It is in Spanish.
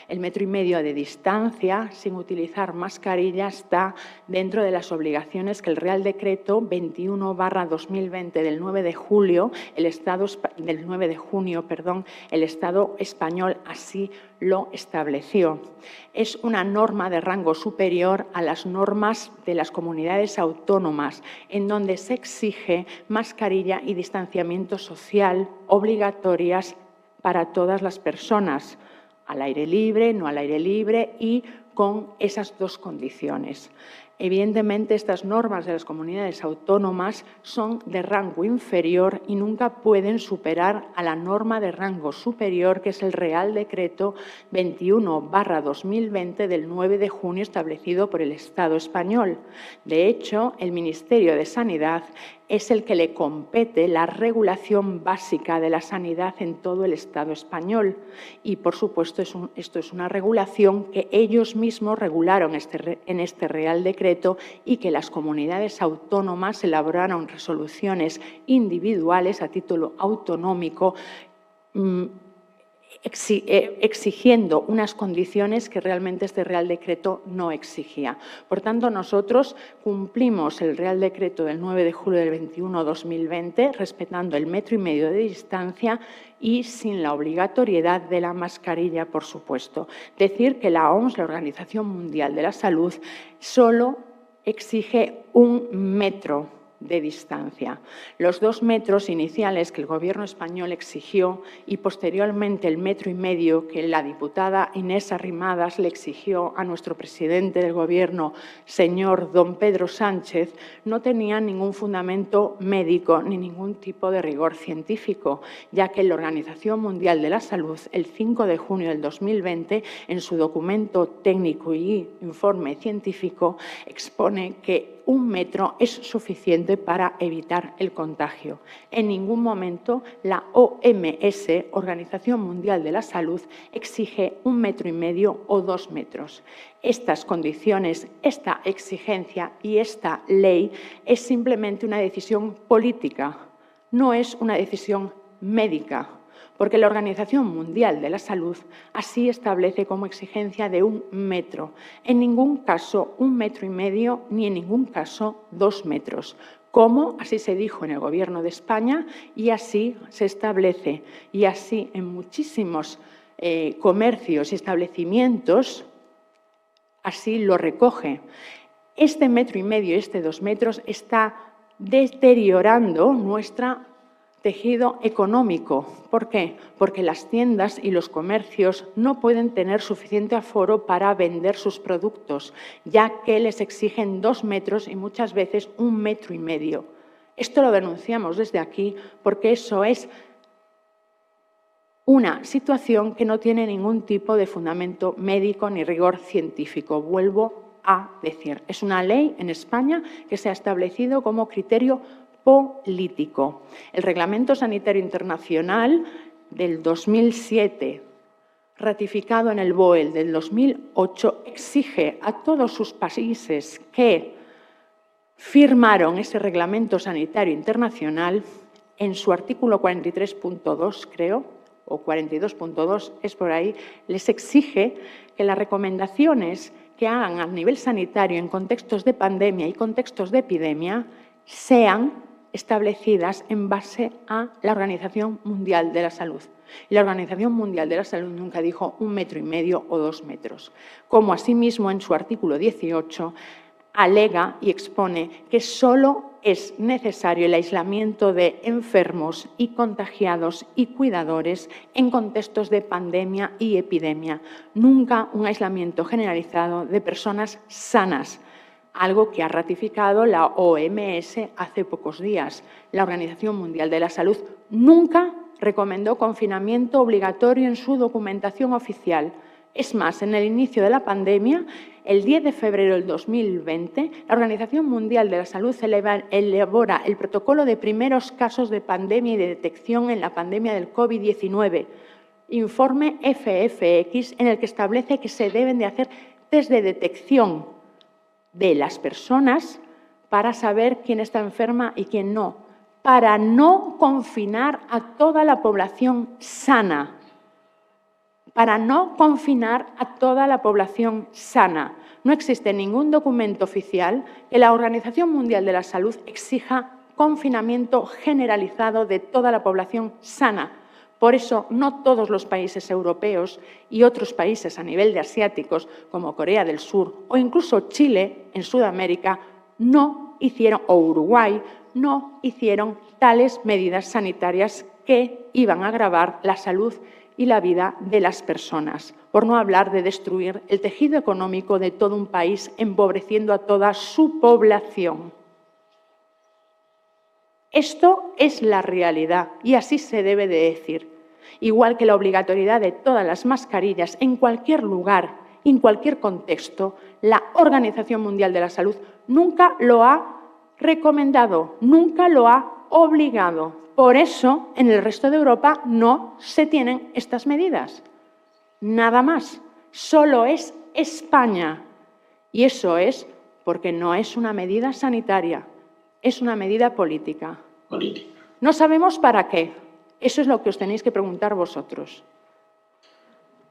El 1,5 metros de distancia, sin utilizar mascarilla, está dentro de las obligaciones que el Real Decreto 21/2020 del 9 de junio, el Estado español así lo estableció. Es una norma de rango superior a las normas de las comunidades autónomas, en donde se exige mascarilla y distanciamiento social obligatorias para todas las personas, al aire libre, no al aire libre y con esas dos condiciones. Evidentemente, estas normas de las comunidades autónomas son de rango inferior y nunca pueden superar a la norma de rango superior, que es el Real Decreto 21/2020 del 9 de junio establecido por el Estado español. De hecho, el Ministerio de Sanidad es el que le compete la regulación básica de la sanidad en todo el Estado español. Y, por supuesto, esto es una regulación que ellos mismos regularon en este Real Decreto y que las comunidades autónomas elaboraron resoluciones individuales a título autonómico exigiendo unas condiciones que realmente este Real Decreto no exigía. Por tanto, nosotros cumplimos el Real Decreto del 9 de julio del 21/2020, respetando el 1,5 metros de distancia y sin la obligatoriedad de la mascarilla, por supuesto. Decir que la OMS, la Organización Mundial de la Salud, solo exige 1 metro de distancia. Los 2 metros iniciales que el Gobierno español exigió y posteriormente el 1,5 metros que la diputada Inés Arrimadas le exigió a nuestro presidente del Gobierno, señor don Pedro Sánchez, no tenían ningún fundamento médico ni ningún tipo de rigor científico, ya que la Organización Mundial de la Salud, el 5 de junio del 2020, en su documento técnico y informe científico, expone que 1 metro es suficiente para evitar el contagio. En ningún momento la OMS, Organización Mundial de la Salud, exige 1,5 metros o 2 metros. Estas condiciones, esta exigencia y esta ley es simplemente una decisión política, no es una decisión médica, porque la Organización Mundial de la Salud así establece como exigencia de 1 metro. En ningún caso 1,5 metros ni en ningún caso 2 metros, como así se dijo en el Gobierno de España y así se establece. Y así en muchísimos comercios y establecimientos así lo recoge. Este 1,5 metros y este 2 metros está deteriorando nuestro tejido económico. ¿Por qué? Porque las tiendas y los comercios no pueden tener suficiente aforo para vender sus productos, ya que les exigen 2 metros y muchas veces 1,5 metros. Esto lo denunciamos desde aquí porque eso es una situación que no tiene ningún tipo de fundamento médico ni rigor científico. Vuelvo a decir, es una ley en España que se ha establecido como criterio político. El Reglamento Sanitario Internacional del 2007, ratificado en el BOE del 2008, exige a todos sus países que firmaron ese Reglamento Sanitario Internacional, en su artículo 43.2, creo, o 42.2, es por ahí, les exige que las recomendaciones que hagan a nivel sanitario en contextos de pandemia y contextos de epidemia sean establecidas en base a la Organización Mundial de la Salud. Y la Organización Mundial de la Salud nunca dijo 1,5 metros o 2 metros. Como asimismo en su artículo 18 alega y expone que solo es necesario el aislamiento de enfermos y contagiados y cuidadores en contextos de pandemia y epidemia. Nunca un aislamiento generalizado de personas sanas, algo que ha ratificado la OMS hace pocos días. La Organización Mundial de la Salud nunca recomendó confinamiento obligatorio en su documentación oficial. Es más, en el inicio de la pandemia, el 10 de febrero del 2020, la Organización Mundial de la Salud elabora el protocolo de primeros casos de pandemia y de detección en la pandemia del COVID-19, informe FFX, en el que establece que se deben de hacer test de detección de las personas para saber quién está enferma y quién no, para no confinar a toda la población sana, para no confinar a toda la población sana. No existe ningún documento oficial que la Organización Mundial de la Salud exija confinamiento generalizado de toda la población sana. Por eso, no todos los países europeos y otros países a nivel de asiáticos, como Corea del Sur o incluso Chile, en Sudamérica, no hicieron, o Uruguay, no hicieron tales medidas sanitarias que iban a agravar la salud y la vida de las personas, por no hablar de destruir el tejido económico de todo un país, empobreciendo a toda su población. Esto es la realidad y así se debe de decir. Igual que la obligatoriedad de todas las mascarillas en cualquier lugar, en cualquier contexto, la Organización Mundial de la Salud nunca lo ha recomendado, nunca lo ha obligado. Por eso, en el resto de Europa no se tienen estas medidas. Nada más. Solo es España. Y eso es porque no es una medida sanitaria, es una medida política. No sabemos para qué. Eso es lo que os tenéis que preguntar vosotros.